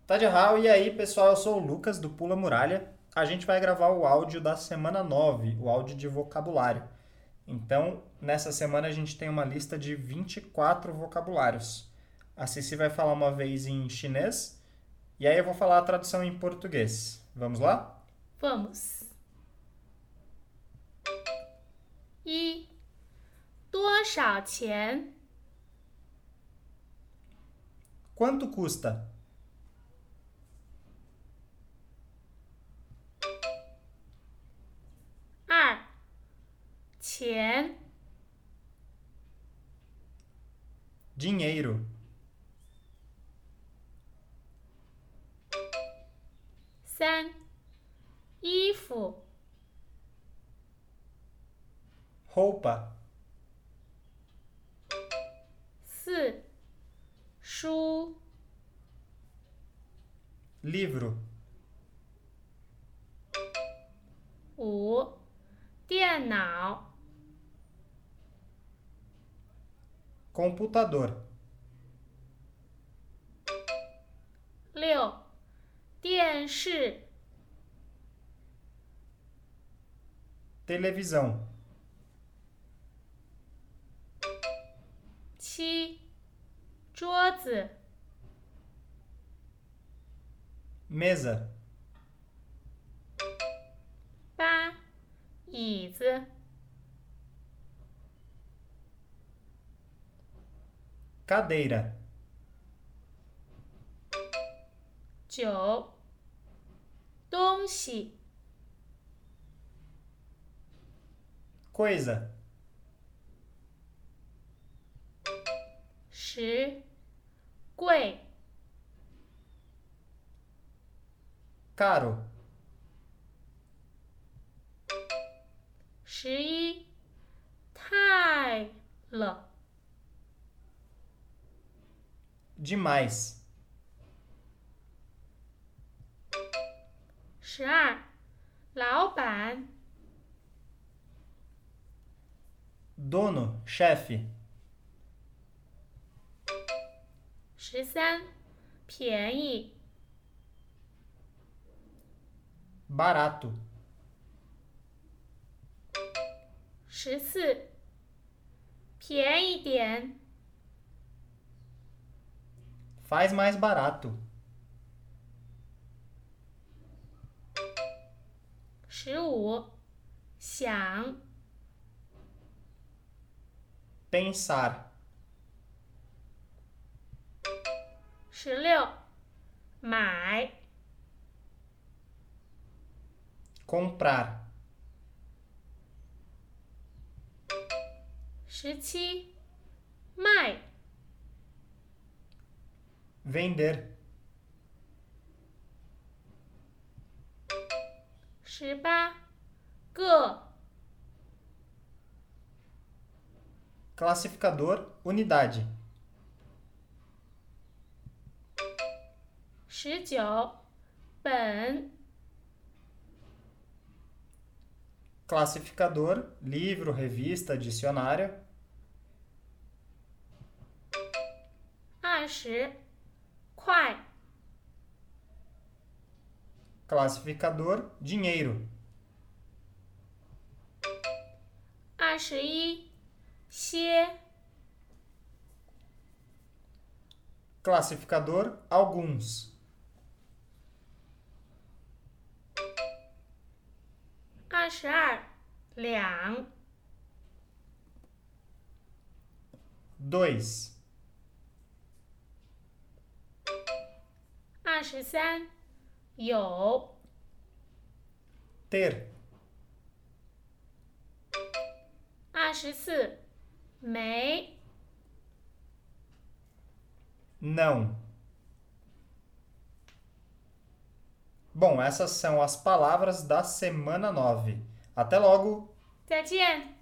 Tadihau, e aí pessoal, eu sou o Lucas do Pula Muralha. A gente vai gravar o áudio da semana 9, o áudio de vocabulário. Então, nessa semana a gente tem uma lista de 24 vocabulários. A Cici vai falar uma vez em chinês e aí eu vou falar a tradução em português. Vamos lá? Vamos. 一，多少钱？ Quanto custa? 二，钱。 Dinheiro. 三，衣服。 Roupa. 四，书。 Livro. 五，电脑。 Computador. 六，电视。 Televisão. 七，桌子。 Mesa. 八，椅子。 Cadeira. 九，东西。 Coisa. 十，贵。 Caro. 11，太了。 Demais. 12，老板。 Dono, chefe. 13，便宜。 Barato. 14，便宜点。 Faz mais barato. 15，想。 Pensar. 16，买。 Comprar. 17，卖。 Vender. 18，个。 Classificador, unidade. 19，本。 Classificador, livro, revista, dicionário. 20，块。 Classificador, dinheiro. 21，些。 Classificador, alguns. 22，两。 2. 23，有。 Ter. 24，没。 Não. Bom, essas são as palavras da semana 9. Até logo! 再见。